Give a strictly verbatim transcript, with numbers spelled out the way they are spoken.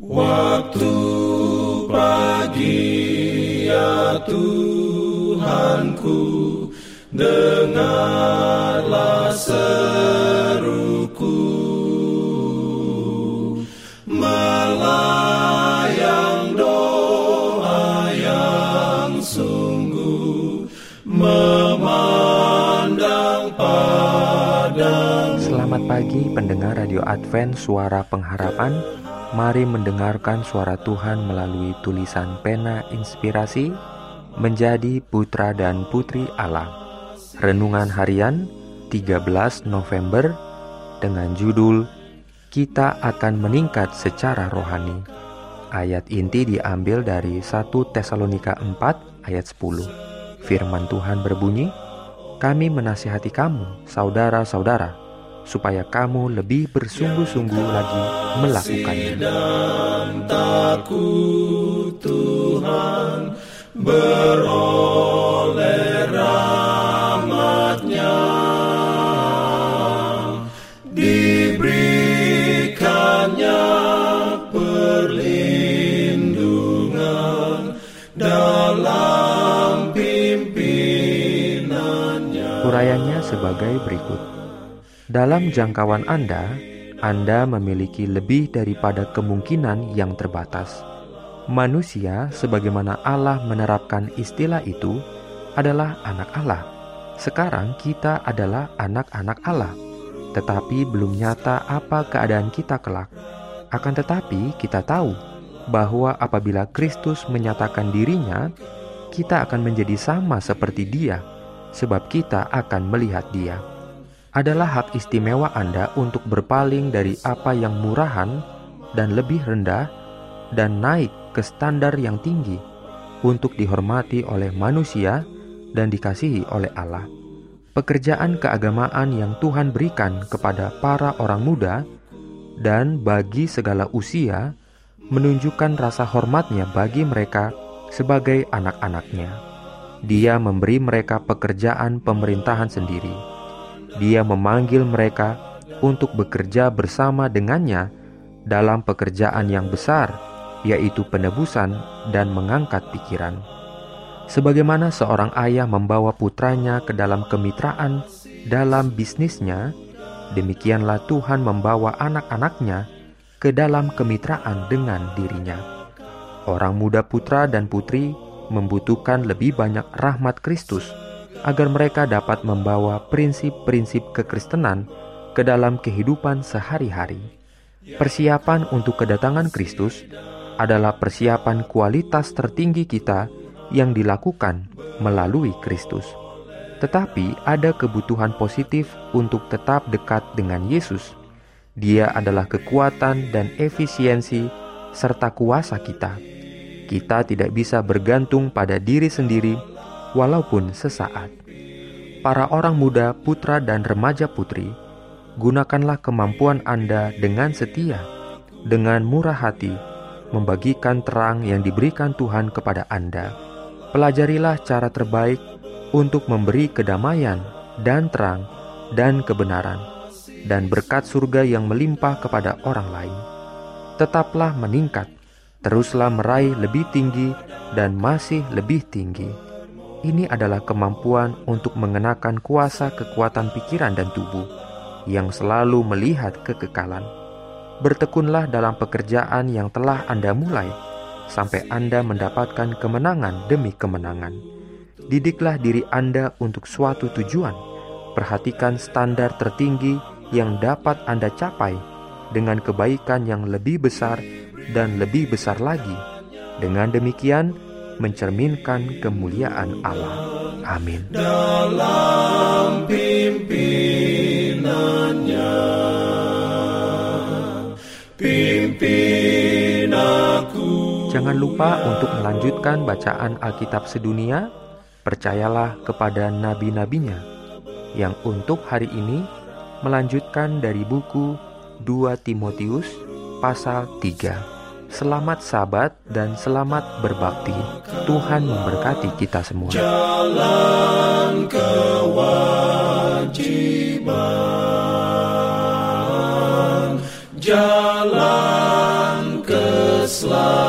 Waktu pagi ya Tuhanku, dengarlah seruku, melayang doa yang sungguh, memandang padamu. Selamat pagi pendengar Radio Advent Suara Pengharapan. Mari mendengarkan suara Tuhan melalui tulisan pena inspirasi menjadi putra dan putri Allah. Renungan harian tiga belas November dengan judul Kita akan meningkat secara rohani. Ayat inti diambil dari satu Tesalonika empat ayat sepuluh. Firman Tuhan berbunyi, "Kami menasihati kamu, saudara-saudara, supaya kamu lebih bersungguh-sungguh lagi melakukannya." Dan takut Tuhan, beroleh rahmat-Nya, diberikannya perlindungan dalam pimpinannya. Urayanya sebagai berikut. Dalam jangkauan Anda, Anda memiliki lebih daripada kemungkinan yang terbatas. Manusia, sebagaimana Allah menerapkan istilah itu, adalah anak Allah. Sekarang kita adalah anak-anak Allah, tetapi belum nyata apa keadaan kita kelak. Akan tetapi kita tahu bahwa apabila Kristus menyatakan dirinya, kita akan menjadi sama seperti Dia, sebab kita akan melihat Dia. Adalah hak istimewa Anda untuk berpaling dari apa yang murahan dan lebih rendah dan naik ke standar yang tinggi untuk dihormati oleh manusia dan dikasihi oleh Allah. Pekerjaan keagamaan yang Tuhan berikan kepada para orang muda dan bagi segala usia menunjukkan rasa hormatnya bagi mereka sebagai anak-anaknya. Dia memberi mereka pekerjaan pemerintahan sendiri. Dia memanggil mereka untuk bekerja bersama dengannya dalam pekerjaan yang besar, yaitu penebusan dan mengangkat pikiran. Sebagaimana seorang ayah membawa putranya ke dalam kemitraan dalam bisnisnya, demikianlah Tuhan membawa anak-anaknya ke dalam kemitraan dengan dirinya. Orang muda putra dan putri membutuhkan lebih banyak rahmat Kristus agar mereka dapat membawa prinsip-prinsip kekristenan ke dalam kehidupan sehari-hari. Persiapan untuk kedatangan Kristus adalah persiapan kualitas tertinggi kita yang dilakukan melalui Kristus. Tetapi ada kebutuhan positif untuk tetap dekat dengan Yesus. Dia adalah kekuatan dan efisiensi serta kuasa kita. Kita tidak bisa bergantung pada diri sendiri walaupun sesaat. Para orang muda, putra dan remaja putri, gunakanlah kemampuan Anda dengan setia, dengan murah hati, membagikan terang yang diberikan Tuhan kepada Anda. Pelajarilah cara terbaik untuk memberi kedamaian dan terang dan kebenaran dan berkat surga yang melimpah kepada orang lain. Tetaplah meningkat, teruslah meraih lebih tinggi dan masih lebih tinggi. Ini adalah kemampuan untuk mengenakan kuasa kekuatan pikiran dan tubuh yang selalu melihat kekekalan. Bertekunlah dalam pekerjaan yang telah Anda mulai sampai Anda mendapatkan kemenangan demi kemenangan. Didiklah diri Anda untuk suatu tujuan. Perhatikan standar tertinggi yang dapat Anda capai dengan kebaikan yang lebih besar dan lebih besar lagi. Dengan demikian, mencerminkan kemuliaan Allah. Amin. Dalam pimpinannya, pimpin aku. Jangan lupa untuk melanjutkan bacaan Alkitab sedunia. Percayalah kepada nabi-nabinya yang untuk hari ini melanjutkan dari buku dua Timotius pasal tiga. Selamat Sabat dan selamat berbakti. Tuhan memberkati kita semua. Jalan kewajiban, jalan ke selalu